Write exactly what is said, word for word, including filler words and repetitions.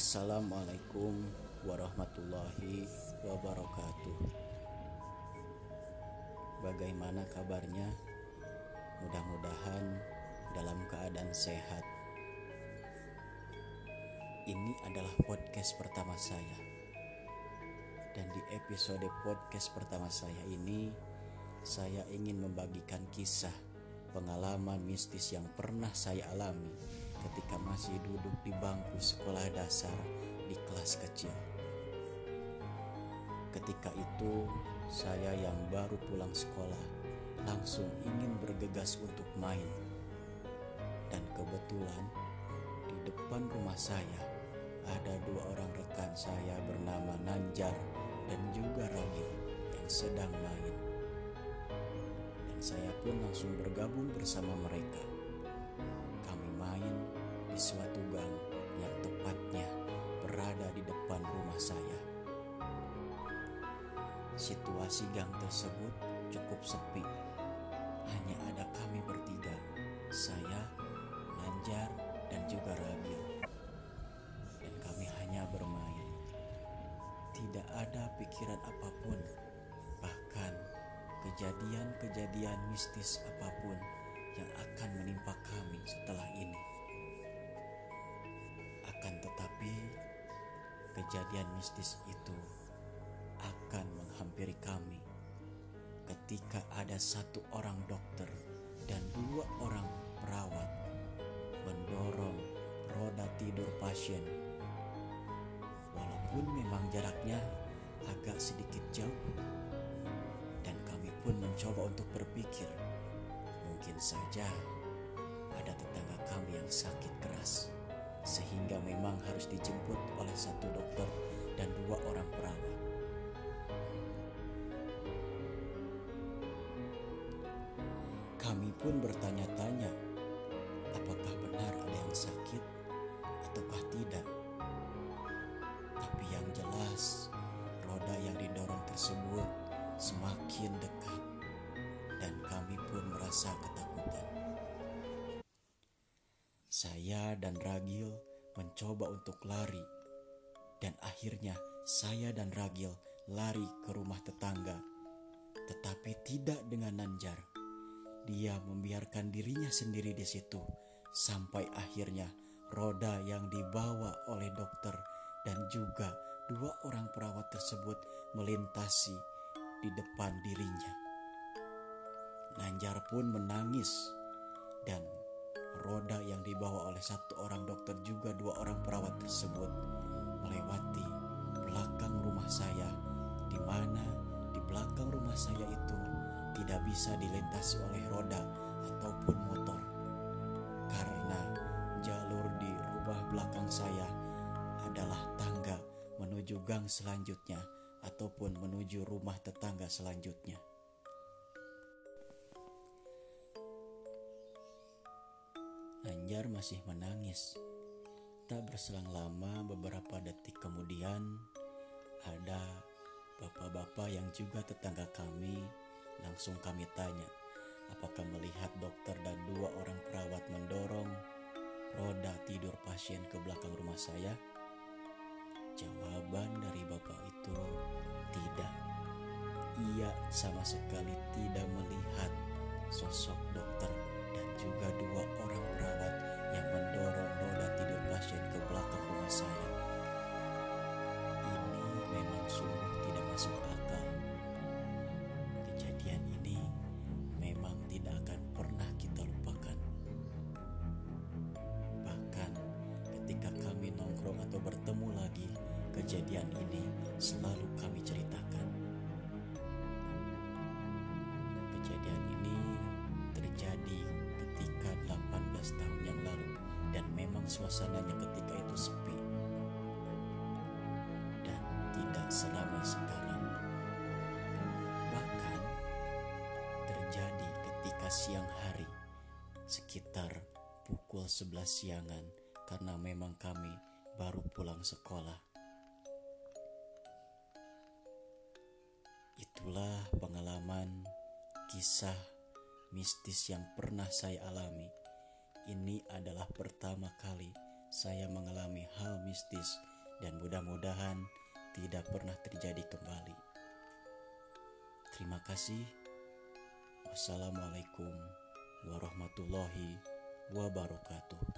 Assalamualaikum warahmatullahi wabarakatuh. Bagaimana kabarnya? Mudah-mudahan dalam keadaan sehat. Ini adalah podcast pertama saya. Dan di episode podcast pertama saya ini, saya ingin membagikan kisah pengalaman mistis yang pernah saya alami ketika masih duduk di bangku sekolah dasar di kelas kecil. Ketika itu, saya yang baru pulang sekolah langsung ingin bergegas untuk main. Dan kebetulan di depan rumah saya ada dua orang rekan saya bernama Nanjar dan juga Ragil yang sedang main. Dan saya pun langsung bergabung bersama mereka. Kami main di suatu gang yang tepatnya berada di depan rumah saya. Situasi gang tersebut cukup sepi. Hanya ada kami bertiga, saya, Nanjar, dan juga Ragil. Dan kami hanya bermain. Tidak ada pikiran apapun, bahkan kejadian-kejadian mistis apapun yang akan menimpa kami setelah ini. Akan tetapi, kejadian mistis itu akan menghampiri kami ketika ada satu orang dokter dan dua orang perawat mendorong roda tidur pasien. Walaupun memang jaraknya agak sedikit jauh, dan kami pun mencoba untuk berpikir, mungkin saja ada tetangga kami yang sakit keras, sehingga memang harus dijemput oleh satu dokter dan dua orang perawat. Kami pun bertanya-tanya, apakah benar ada yang sakit ataukah tidak. Tapi yang jelas, roda yang didorong tersebut semakin dekat dan kami pun merasa ketakutan. Saya dan Ragil mencoba untuk lari, dan akhirnya saya dan Ragil lari ke rumah tetangga, tetapi tidak dengan Nanjar. Dia membiarkan dirinya sendiri di situ sampai akhirnya roda yang dibawa oleh dokter dan juga dua orang perawat tersebut melintasi di depan dirinya. Nanjar pun menangis, dan roda yang dibawa oleh satu orang dokter juga dua orang perawat tersebut melewati belakang rumah saya, di mana di belakang rumah saya itu tidak bisa dilintasi oleh roda ataupun motor, karena jalur di rumah belakang saya adalah tangga menuju gang selanjutnya ataupun menuju rumah tetangga selanjutnya. Nanjar masih menangis. Tak berselang lama, beberapa detik kemudian ada bapak-bapak yang juga tetangga kami. Langsung kami tanya, apakah melihat dokter dan dua orang perawat mendorong roda tidur pasien ke belakang rumah saya? Jawaban dari bapak itu tidak. Ia sama sekali tidak melihat sosok dokter dan juga dua orang perawat yang mendorong roda tidur pasien ke belakang rumah saya. Ini memang sungguh tidak masuk akal. Kejadian ini memang tidak akan pernah kita lupakan. Bahkan ketika kami nongkrong atau bertemu lagi, kejadian ini selalu kami ceritakan. Kejadian ini terjadi ketika delapan belas tahun yang lalu, dan memang suasananya ketika itu sepi dan tidak seramai sekarang. Bahkan terjadi ketika siang hari, sekitar pukul sebelas siangan, karena memang kami baru pulang sekolah. Itulah pengalaman kisah mistis yang pernah saya alami. Ini adalah pertama kali saya mengalami hal mistis dan mudah-mudahan tidak pernah terjadi kembali. Terima kasih. Wassalamualaikum warahmatullahi wabarakatuh.